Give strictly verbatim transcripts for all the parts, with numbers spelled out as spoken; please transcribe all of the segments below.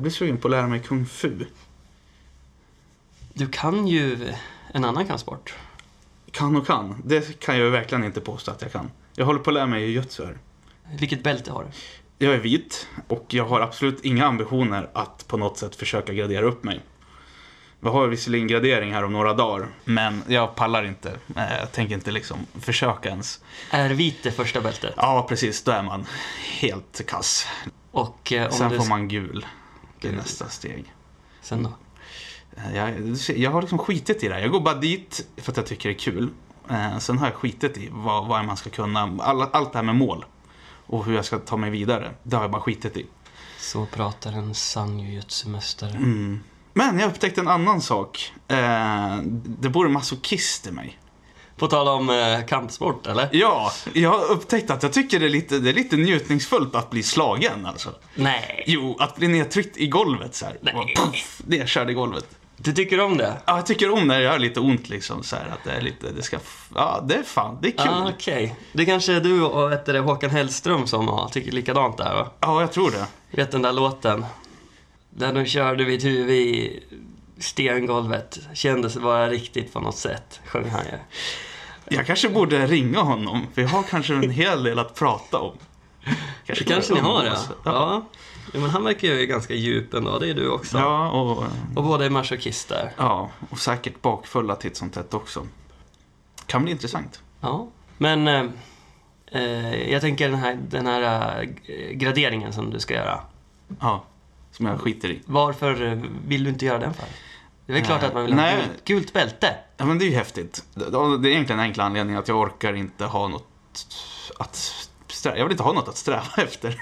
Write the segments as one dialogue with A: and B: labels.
A: blir sugen på att lära mig kung fu.
B: Du kan ju en annan kampsport.
A: Kan och kan. Det kan jag verkligen inte påstå att jag kan. Jag håller på att lära mig jujutsu här.
B: Vilket bälte har du?
A: Jag är vit och jag har absolut inga ambitioner att på något sätt försöka gradera upp mig. Vi har visserligen gradering här om några dagar, men jag pallar inte. Jag tänker inte liksom försöka ens.
B: Är vit det första bältet?
A: Ja, precis. Då är man helt kass.
B: Och eh, om
A: Sen
B: du...
A: får man gul. Det är
B: Gul.
A: nästa steg.
B: Sen då?
A: Jag, jag har liksom skitit i det. Jag går bara dit för att jag tycker det är kul. Eh, sen har jag skitit i vad, vad man ska kunna. All, allt det här med mål. Och hur jag ska ta mig vidare. Det har jag bara skitit i.
B: Så pratar en sann jujutsu-mästare.
A: Mm. Men jag upptäckte en annan sak. Eh, det bor en masochist i mig.
B: På tal om eh, kampsport, eller?
A: Ja, jag har upptäckt att jag tycker det är lite, det är lite njutningsfullt att bli slagen alltså.
B: Nej.
A: Jo, att bli nedtryckt i golvet så här.
B: Nej.
A: Och puff, nedkörd i golvet.
B: Du tycker om det?
A: Ja, jag tycker om när det gör lite ont liksom så här, att det är lite, det ska, ja, det är fan, det är kul.
B: Ah, okej. Okay. Det kanske är du och vet du, Håkan Hellström som har, tycker likadant där, va?
A: Ja, jag tror det.
B: Vet den där låten? Där de körde vid huvud i stengolvet. Kändes vara riktigt på något sätt, sjöng han ju.
A: Jag kanske borde ringa honom, för jag har kanske en hel del att prata om.
B: Kanske, kanske ni har det, ja. Ja. Ja, men han verkar ju ganska djup ändå, det är du också.
A: Ja, och...
B: Och båda är masochister.
A: Ja, och säkert bakfulla titt som tätt också. Kan bli intressant.
B: Ja, men eh, eh, jag tänker den här, den här eh, graderingen som du ska göra.
A: Ja, som jag skiter i.
B: Varför eh, vill du inte göra den för? Det är väl klart att man vill ha
A: Nej.
B: gult, gult bälte.
A: Ja, men det är ju häftigt. Det är egentligen en enkel anledning att jag orkar inte ha något att sträva. Jag vill inte ha något att sträva efter.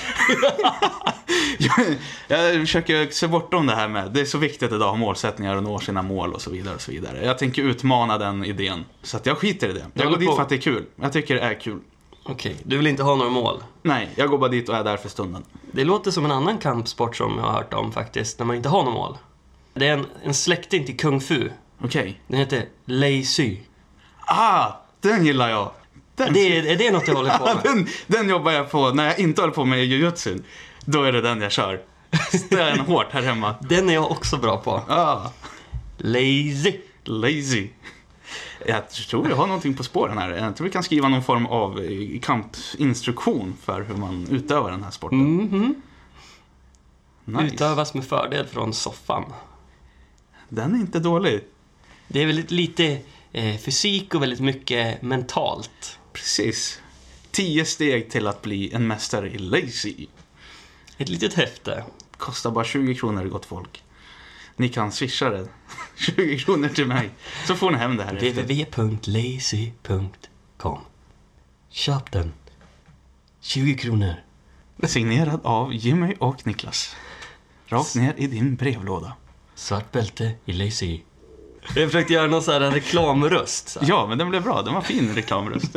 A: jag, jag försöker se bortom det här med. Det är så viktigt idag att ha målsättningar och nå sina mål och så vidare och så vidare. Jag tänker utmana den idén. Så att jag skiter i det. Jag, jag går dit på... för att det är kul. Jag tycker det är kul.
B: Okej, du vill inte ha några mål?
A: Nej, jag går bara dit och är där för stunden.
B: Det låter som en annan kampsport som jag har hört om faktiskt, när man inte har några mål. Det är en, en släkting till kung fu.
A: Okej. Okay.
B: Den heter Lei Sy.
A: Ah, den gillar jag. Den...
B: Det är, är det något du håller på med?
A: den, den jobbar jag på när jag inte håller på med jujutsu. Då är det den jag kör. Stör den hårt här hemma.
B: Den är jag också bra på.
A: Ah.
B: Lazy.
A: Lazy. Jag tror jag har någonting på spåren här. Jag tror vi kan skriva någon form av kampinstruktion för hur man utövar den här sporten.
B: Mm-hmm.
A: Nice.
B: Utövas med fördel från soffan.
A: Den är inte dålig.
B: Det är väldigt lite eh, fysik och väldigt mycket mentalt.
A: Precis. Tio steg till att bli en mästare i Lazy.
B: Ett litet häfte.
A: Kostar bara tjugo kronor, gott folk. Ni kan swisha det. tjugo kronor till mig. Så får ni hem det här.
B: w w w punkt lazy punkt com. Köp den. tjugo kronor.
A: Signerad av Jimmy och Niklas. Rakt ner i din brevlåda.
B: Svart bälte i Lazy. Jag försökte göra någon sån här reklamröst. Så.
A: Ja, men den blev bra. Den var fin reklamröst.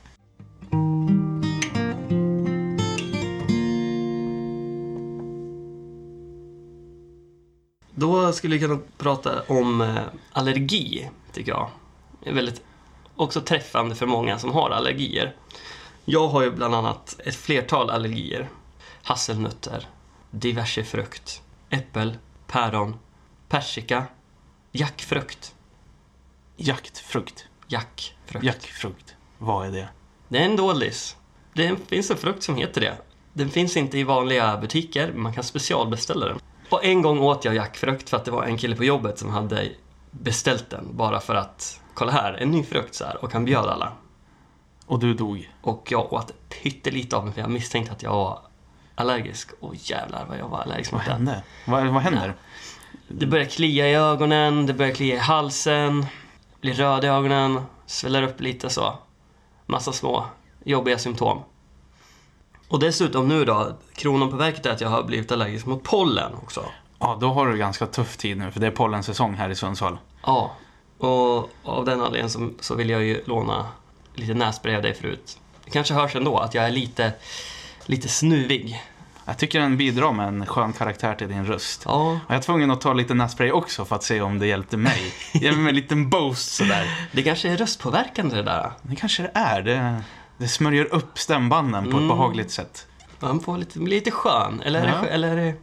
B: Då skulle vi kunna prata om eh, allergi, tycker jag. Det är väldigt också träffande för många som har allergier. Jag har ju bland annat ett flertal allergier. Hasselnötter, diverse frukt, äppel, päron, persika, jackfrukt.
A: Jaktfrukt.
B: Jackfrukt.
A: Jackfrukt. Vad är det?
B: Det är en dålis. Det finns en frukt som heter det. Den finns inte i vanliga butiker, men man kan specialbeställa den. Och en gång åt jag jackfrukt för att det var en kille på jobbet som hade beställt den. Bara för att, kolla här, en ny frukt så här. Och han bjöd alla.
A: Och du dog.
B: Och jag åt pyttelite av den för jag misstänkte att jag var allergisk. Åh jävlar vad jag var allergisk mot
A: vad hände?
B: den.
A: Vad, vad händer?
B: Det började klia i ögonen, det började klia i halsen, blir röd i ögonen, sväller upp lite så. Massa små jobbiga symptom. Och dessutom nu då, kronan på verket är att jag har blivit allergisk mot pollen också.
A: Ja, då har du ganska tuff tid nu, för det är pollensäsong här i Sundsvall.
B: Ja, och av den anledningen så, så vill jag ju låna lite nässpray av dig förut. Det kanske hörs ändå att jag är lite, lite snuvig.
A: Jag tycker den bidrar med en skön karaktär till din röst.
B: Ja.
A: Och jag är tvungen att ta lite nässpray också för att se om det hjälpte mig. Ge mig en liten boost sådär.
B: Det kanske är röstpåverkande det där.
A: Det kanske det är. Det, det smörjer upp stämbanden på
B: Mm.
A: ett behagligt sätt.
B: Man får lite, bli lite skön. Eller, är
A: Ja.
B: det, eller är det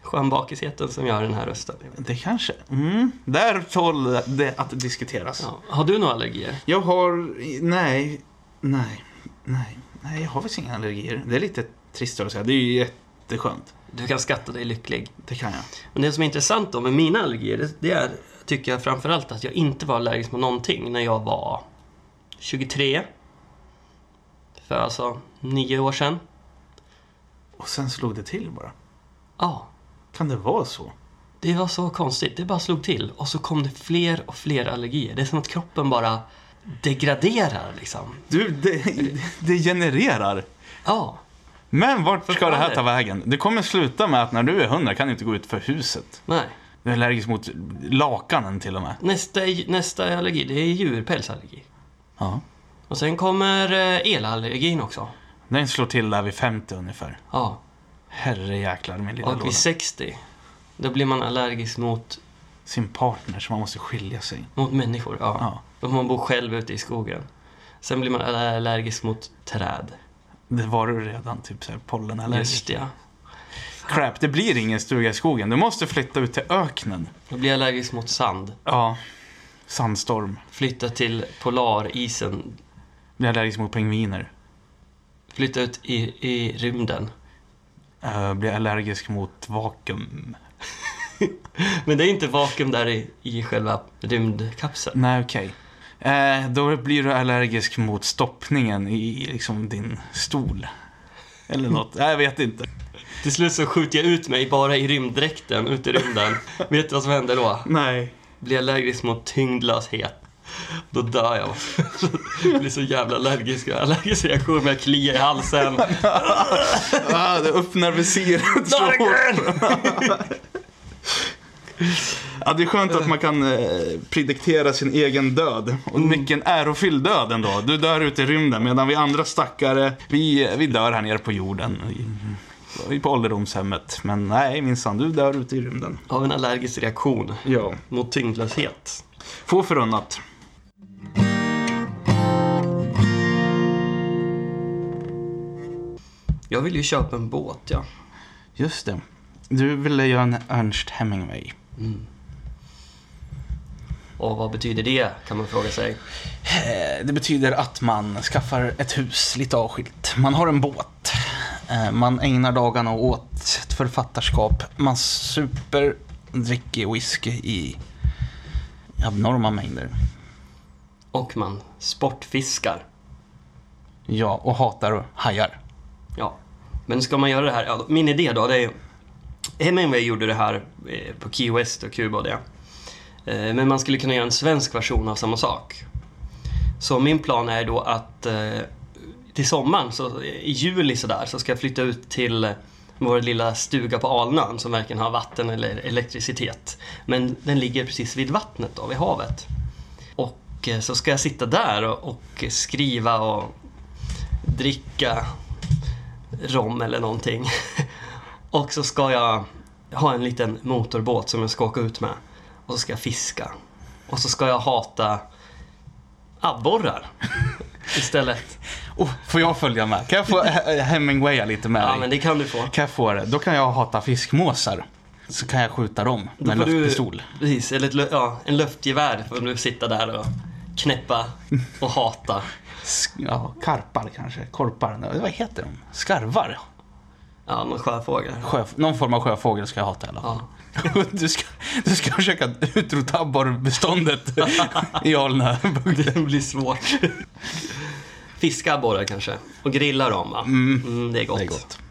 B: skönbakisheten som gör den här rösten.
A: Det kanske. Mm. Där tål det att diskuteras.
B: Ja. Har du några allergier?
A: Jag har... Nej. Nej. Nej. Nej, jag har väl inga allergier. Det är lite trist att säga. Det är ju jätteskönt.
B: Du kan skatta dig lycklig.
A: Det kan jag.
B: Men det som är intressant då med mina allergier, det, det är, tycker jag framförallt, att jag inte var allergisk mot någonting när jag var tjugotre. För alltså nio år sedan.
A: Och sen slog det till bara.
B: Ja.
A: Kan det vara så?
B: Det var så konstigt. Det bara slog till. Och så kom det fler och fler allergier. Det är som att kroppen bara degraderar liksom.
A: Du, det, det genererar.
B: Ja.
A: Men vart ska det här ta vägen? Det kommer sluta med att när du är hundra kan du inte gå ut för huset.
B: Nej.
A: Du är allergisk mot lakanen till och med.
B: Nästa, nästa allergi, det är djurpälsallergi.
A: Ja.
B: Och sen kommer elallergin också.
A: Den slår till där vid femtio ungefär.
B: Ja.
A: Herre jäklar, min lilla
B: Och
A: låda.
B: vid sextio, då blir man allergisk mot...
A: Sin partner, så man måste skilja sig.
B: Mot människor, ja.
A: Ja.
B: Och man bor själv ute i skogen. Sen blir man allergisk mot träd.
A: Det var du redan, typ så här pollenallergisk.
B: Just ja.
A: Crap, det blir ingen stuga i skogen. Du måste flytta ut till öknen.
B: Jag blir allergisk mot sand.
A: Ja, sandstorm.
B: Flytta till polarisen.
A: Blir allergisk mot pingviner.
B: Flytta ut i, i rymden.
A: Uh, blir allergisk mot vakuum.
B: Men det är inte vakuum där i, i själva rymdkapseln.
A: Nej, okej. Okay. Uh, då blir du allergisk mot stoppningen i liksom din stol. Eller något. Nej, jag vet inte.
B: Till slut så skjuter jag ut mig bara i rymddräkten, ut i rymden. Vet du vad som händer då?
A: Nej.
B: Blir allergisk mot tyngdlöshet. Då dör jag. Jag blir så jävla allergisk. Allergisk reaktion med att klia i halsen.
A: Ah, det öppnar visiret. Ja, det är skönt att man kan eh, prediktera sin egen död. Och
B: Mm.
A: vilken ärofylld död ändå. Du dör ute i rymden, medan vi andra stackare, vi, vi dör här nere på jorden. Vi på ålderdomshemmet. Men nej, minsann, du dör ute i rymden.
B: Av en allergisk reaktion
A: Ja.
B: mot tyngdlöshet.
A: Få förunnat.
B: Jag vill ju köpa en båt, ja.
A: Just det. Du ville göra en Ernst Hemingway.
B: Mm. Och vad betyder det, kan man fråga sig.
A: Det betyder att man skaffar ett hus lite avskilt. Man har en båt. Man ägnar dagarna åt ett författarskap. Man super, dricker whisky i abnorma mängder.
B: Och man sportfiskar.
A: Ja, och hatar hajar.
B: Ja, men ska man göra det här, ja, min idé då, det är Hemingway gjorde det här på Key West och Kuba och det. Men man skulle kunna göra en svensk version av samma sak. Så min plan är då att till sommaren, så i juli sådär, så ska jag flytta ut till vår lilla stuga på Alnön som verkligen har vatten eller elektricitet. Men den ligger precis vid vattnet då, vid havet. Och så ska jag sitta där och, och skriva och dricka rom eller någonting. Och så ska jag ha en liten motorbåt som jag ska åka ut med. Och så ska jag fiska. Och så ska jag hata abborrar istället.
A: Oh, får jag följa med? Kan jag få Hemingwaya lite med
B: Ja,
A: dig?
B: men det kan du få.
A: Kan jag få det? Då kan jag hata fiskmåsar. Så kan jag skjuta dem med
B: Då får
A: luftpistol.
B: Du, precis, eller ett, lö- ja, en luftgevär får du sitta där och knäppa och hata.
A: Ja, karpar kanske. Korpar. Vad heter de? Skarvar.
B: Ja, någon sjöfågel.
A: Sjö, någon form av sjöfågel ska jag hata i alla fall.
B: Ja.
A: Du ska, du ska försöka utrota abborrbeståndet i Alnöbugden.
B: Det blir svårt. Fiska abborrar kanske. Och grilla dem, va?
A: Mm.
B: Mm, det är gott.
A: Det är gott.